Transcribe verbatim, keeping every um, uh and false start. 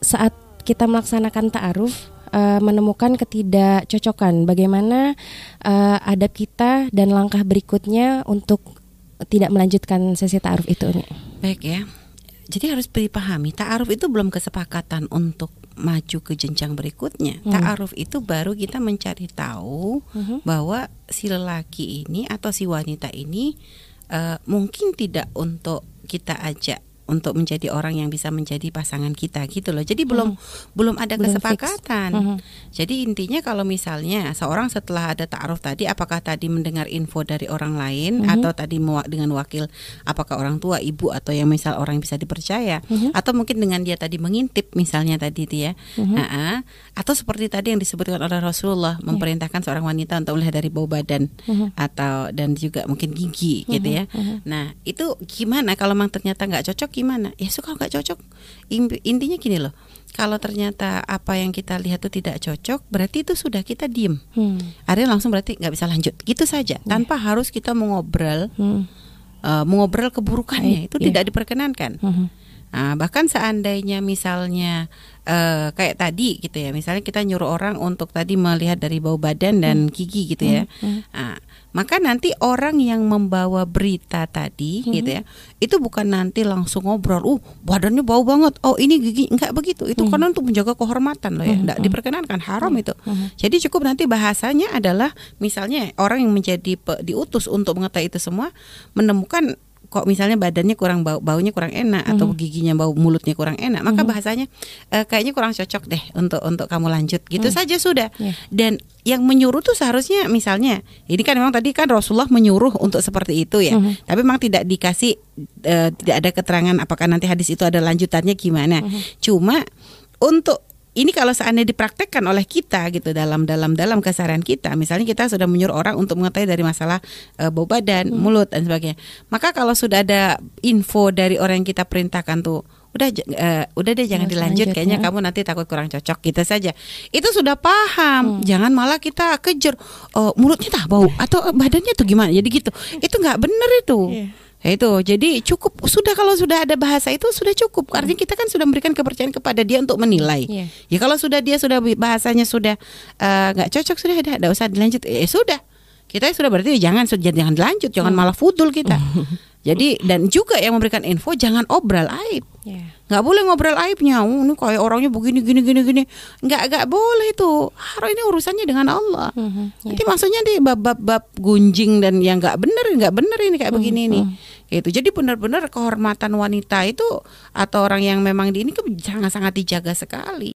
saat kita melaksanakan ta'aruf uh, menemukan ketidakcocokan, bagaimana uh, adab kita dan langkah berikutnya untuk tidak melanjutkan sesi ta'aruf itu, Umi? Baik ya. Jadi harus dipahami, ta'aruf itu belum kesepakatan untuk maju ke jenjang berikutnya. Hmm. Ta'aruf itu baru kita mencari tahu hmm. bahwa si lelaki ini atau si wanita ini uh, mungkin tidak untuk kita ajak untuk menjadi orang yang bisa menjadi pasangan kita gitu loh. Jadi belum hmm. belum ada belum kesepakatan. Hmm. Jadi intinya kalau misalnya seorang setelah ada ta'aruf tadi, apakah tadi mendengar info dari orang lain hmm. atau tadi dengan wakil, apakah orang tua, ibu atau yang misal orang yang bisa dipercaya, hmm. atau mungkin dengan dia tadi mengintip misalnya tadi itu ya. Hmm. Nah, atau seperti tadi yang disebutkan oleh Rasulullah yeah. memerintahkan seorang wanita untuk melihat dari bau badan hmm. atau dan juga mungkin gigi hmm. gitu ya. Hmm. Nah, itu gimana kalau memang ternyata nggak cocok? Gimana? Ya suka nggak cocok. Intinya gini loh, kalau ternyata apa yang kita lihat itu tidak cocok, berarti itu sudah kita diem. Hmm. Artinya langsung berarti nggak bisa lanjut. Gitu saja, yeah. tanpa harus kita mengobrol, hmm. uh, mengobrol keburukannya. Itu yeah. tidak diperkenankan. Hmm. Nah, bahkan seandainya misalnya uh, kayak tadi gitu ya, misalnya kita nyuruh orang untuk tadi melihat dari bau badan dan hmm. gigi gitu ya. Hmm. Nah, maka nanti orang yang membawa berita tadi hmm. gitu ya, itu bukan nanti langsung ngobrol, uh badannya bau banget, oh ini gigi, enggak begitu. Itu hmm. karena untuk menjaga kehormatan loh ya, enggak hmm. diperkenankan, haram hmm. itu. Hmm. Jadi cukup nanti bahasanya adalah misalnya orang yang menjadi pe, diutus untuk mengetahui itu semua menemukan kok misalnya badannya kurang bau, baunya kurang enak mm-hmm. atau giginya bau, mulutnya kurang enak, maka mm-hmm. bahasanya e, kayaknya kurang cocok deh untuk untuk kamu lanjut gitu mm. saja sudah. Yeah. Dan yang menyuruh tuh seharusnya misalnya ini kan memang tadi kan Rasulullah menyuruh untuk seperti itu ya, mm-hmm. tapi memang tidak dikasih e, tidak ada keterangan apakah nanti hadis itu ada lanjutannya gimana. Mm-hmm. Cuma untuk ini kalau seandainya dipraktekkan oleh kita gitu dalam dalam dalam keseharian kita, misalnya kita sudah menyuruh orang untuk mengetahui dari masalah e, bau badan, hmm. mulut dan sebagainya. Maka kalau sudah ada info dari orang yang kita perintahkan tuh, udah uh, udah deh jangan ya, dilanjut, kayaknya kamu nanti takut kurang cocok gitu saja. Itu sudah paham. Hmm. Jangan malah kita kejar oh, mulutnya tak bau atau badannya tuh gimana. Jadi gitu. Itu nggak benar itu. Yeah. Itu jadi cukup sudah kalau sudah ada bahasa itu sudah cukup. Artinya kita kan sudah memberikan kepercayaan kepada dia untuk menilai. Yeah. Ya kalau sudah dia sudah bahasanya sudah nggak uh, cocok sudah ada, tidak usah dilanjut. Eh sudah kita sudah berarti jangan jangan dilanjut, jangan malah fudul kita. Jadi dan juga yang memberikan info jangan obral aib. Yeah. Nggak boleh ngobrol aibnya. Oh, ini kayak orangnya begini gini gini gini. Nggak nggak boleh itu. Harus ini urusannya dengan Allah. Mm-hmm, yeah. Jadi maksudnya di bab-bab gunjing dan yang nggak benar nggak benar ini kayak mm-hmm. begini nih. Gitu. Jadi benar-benar kehormatan wanita itu atau orang yang memang di ini kan sangat-sangat dijaga sekali.